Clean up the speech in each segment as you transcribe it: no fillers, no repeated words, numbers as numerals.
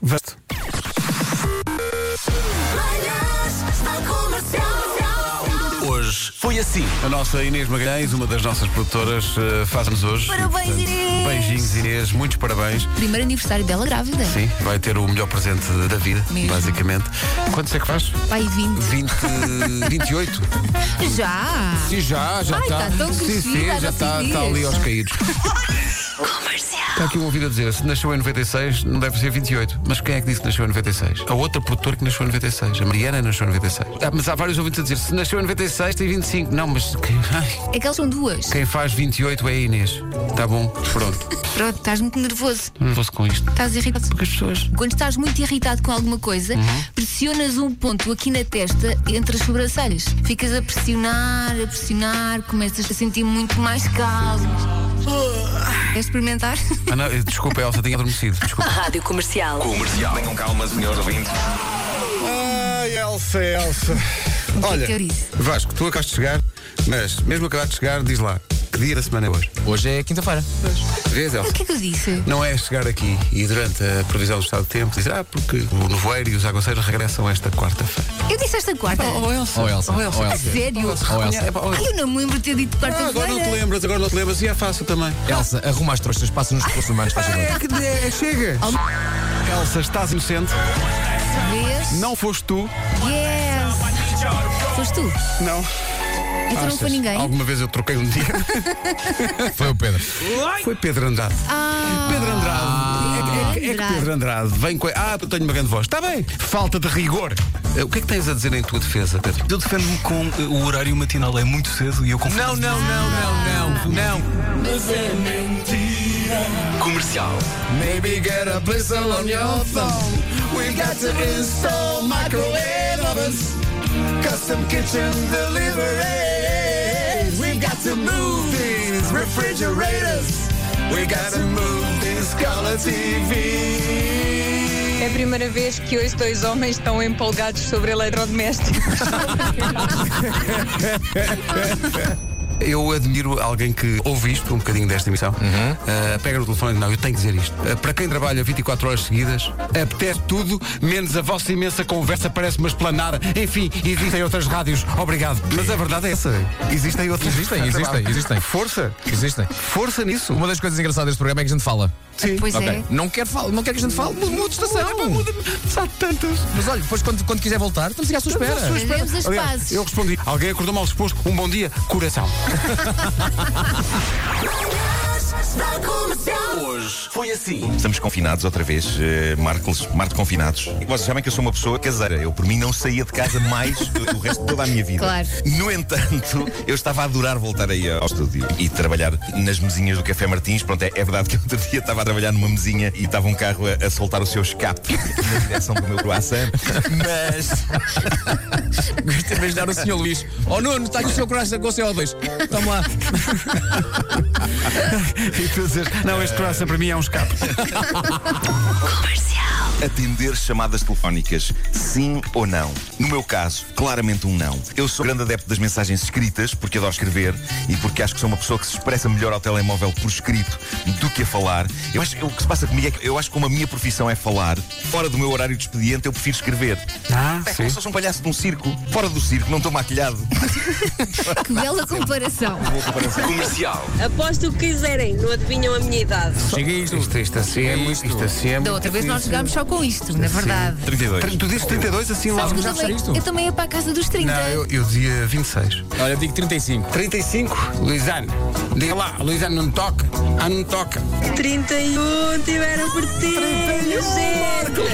Vasto. Hoje foi assim. A nossa Inês Magalhães, uma das nossas produtoras, faz-nos hoje. Parabéns, Inês! Beijinhos, Inês, muitos parabéns. Primeiro aniversário dela grávida. Sim, vai ter o melhor presente da vida, Mesmo. basicamente. Quantos é que faz? Pai 20. 28? Já! Sim, já Ai, está. tá tão Sim, crescida, já assim está diz. ali aos caídos. Está aqui um ouvido a dizer, se nasceu em 96, não deve ser 28. Mas quem é que disse que nasceu em 96? A outra produtora que nasceu em 96. A Mariana nasceu em 96. Mas há vários ouvintes a dizer, se nasceu em 96 tem 25. Não, mas É que elas são duas. quem faz 28 é a Inês. Tá bom, pronto. Pronto, estás muito nervoso. Não fosse com isto. Estás irritado. Porque as pessoas... Quando estás muito irritado com alguma coisa, pressionas um ponto aqui na testa entre as sobrancelhas. Ficas a pressionar, começas a sentir muito mais calmo. Queres experimentar? Ah, não, desculpa, Elsa, tinha adormecido. Desculpa. Rádio Comercial. Comercial. Tenham calma, senhores ouvintes. Ai, Elsa. Olha, que eu disse? Vasco, tu acabaste de chegar, mas mesmo acabaste de chegar, diz lá, que dia da semana é hoje? Hoje é quinta-feira. Vês, Elsa? O que é que eu disse? Não é chegar aqui e durante a previsão do estado de tempo dizer, porque o nevoeiro e os aguaceiros regressam esta quarta-feira. Eu disse esta quarta. Elsa. Oh, Elsa. A sério? Elsa. Ai, eu não me lembro de ter dito quarta-feira. Agora não te lembras e é fácil também. Elsa, arruma as trouxas, passa nos recursos humanos, faz favor. Chega. Elsa, estás inocente, Vês? não foste tu. Yes! Foste tu? Não. Então não foi ninguém? Alguma vez eu troquei um dia. Foi o Pedro. Foi Pedro Andrade. Pedro Andrade. É que Pedro Andrade vem com. Eu tenho uma grande voz. Está bem. Falta de rigor. O que é que tens a dizer em tua defesa, Pedro? Eu defendo-me com o horário matinal é muito cedo e eu confio. Não. Comercial. Maybe get a blister on your thumb. We've got to install microwave ovens, custom kitchen deliveries. We've got to move these refrigerators. We got to move this color TV. É a primeira vez que ouço dois homens tão empolgados sobre eletrodomésticos. Eu admiro alguém que ouve isto, um bocadinho desta emissão, pega no telefone e diz, não, eu tenho que dizer isto. Para quem trabalha 24 horas seguidas, apetece tudo, menos a vossa imensa conversa, parece uma esplanada. Enfim, existem outras rádios, obrado. Mas a verdade é essa. Existem outras. Existem. Força. Existem. Força nisso. Uma das coisas engraçadas deste programa é que a gente fala. Sim. Pois Ok. é. Não quer que a gente fale, muda de estação. Há tantas. Mas olha, depois quando quiser voltar, estamos aqui à sua espera. Fazemos as Aliás, pazes. eu respondi, alguém acordou mal disposto, um bom dia, coração. Hoje foi assim. Estamos confinados outra vez, Marco confinados. E vocês sabem que eu sou uma pessoa caseira. Eu, por mim, não saía de casa mais do resto de toda a minha vida. Claro. No entanto, eu estava a adorar voltar aí ao estúdio e trabalhar nas mesinhas do Café Martins. Pronto, é verdade que outro dia estava a trabalhar numa mesinha e estava um carro a soltar o seu escape na direção do meu croissant. Mas Gosto de imaginar o Sr. Luís. Oh Nuno, está aqui o seu coração com o CO2. Toma lá. E tu dizes, não, este croissant para mim é um escape. atender chamadas telefónicas, sim ou não? No meu caso, claramente um não. Eu sou grande adepto das mensagens escritas, porque adoro escrever e porque acho que sou uma pessoa que se expressa melhor ao telemóvel por escrito do que a falar. O que se passa comigo é que eu acho que como a minha profissão é falar, fora do meu horário de expediente eu prefiro escrever. É como se fosse um palhaço de um circo. Fora do circo, não estou maquilhado. Que bela comparação. Comercial. Aposto o que quiserem, não adivinham a minha idade. Chega isto. Isto assim é muito. Isto assim é Da muito outra vez nós difícil. jogámos só com isto, na verdade. 32. Tu dizes 32 assim Sabes logo? que já sei isto. eu também ia para a casa dos 30. Não, eu dizia 26. Olha, eu digo 35. 35? Luizane, diga lá, Luizane não toca? Não toca. 31, tiveram pertinho, gente.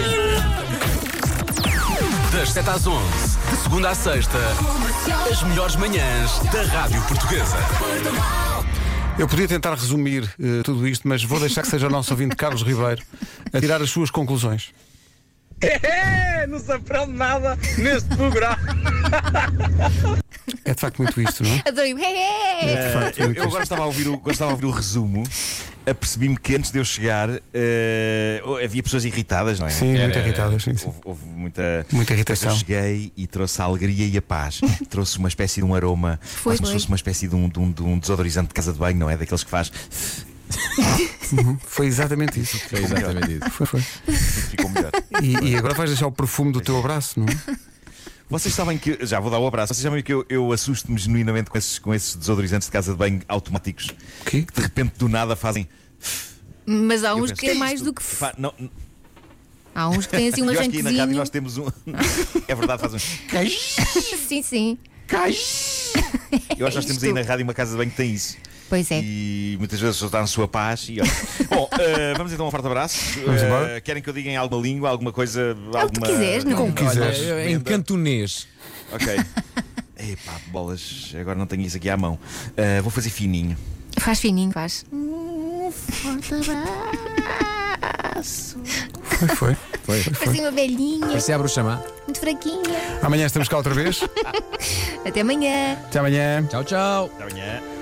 Das 7 às 11, de segunda à sexta, as melhores manhãs da Rádio Portuguesa. Eu podia tentar resumir tudo isto, mas vou deixar que seja o nosso ouvinte Carlos Ribeiro a tirar as suas conclusões. Não se aprende nada neste programa. É de facto muito isto, não é? Adorei. É de facto muito Eu agora estava a ouvir o resumo, apercebi-me que antes de eu chegar havia pessoas irritadas, não é? Sim, muito irritadas, sim. Houve muita irritação. Eu cheguei e trouxe a alegria e a paz. Trouxe uma espécie de um aroma, Foi. como se fosse uma espécie de um desodorizante de casa de banho, não é? Daqueles que faz. Foi exatamente isso. Foi exatamente isso. Foi. Ficou melhor. E agora vais deixar o perfume do teu abraço, não é? Vocês sabem que. Já vou dar o abraço. Vocês sabem que eu assusto-me genuinamente com esses desodorizantes de casa de banho automáticos Que? que de repente do nada fazem. Mas há Eu uns penso, que é "Que mais isto?" do que. Pá, não, Há uns que têm assim um eu acho que aí na rádio arranquezinho. nós temos um. É verdade, faz um. Sim, sim. Eu acho que nós temos aí na rádio uma casa de banho que tem isso. Pois é. E muitas vezes só está na sua paz. E, olha. Bom, vamos então a um forte abraço. Vamos embora. Querem que eu diga em alguma língua, alguma coisa? É o que alguma... quiseres, não? Como quiseres. Olha, em cantonês. Ok. Epá, bolas, agora não tenho isso aqui à mão. Vou fazer fininho. Faz fininho, faz. Forte abraço. Foi. Parecia uma velhinha, Parecia a bruxa má. muito fraquinha. Amanhã estamos cá outra vez. Até amanhã. Até amanhã. Tchau, tchau. Até amanhã.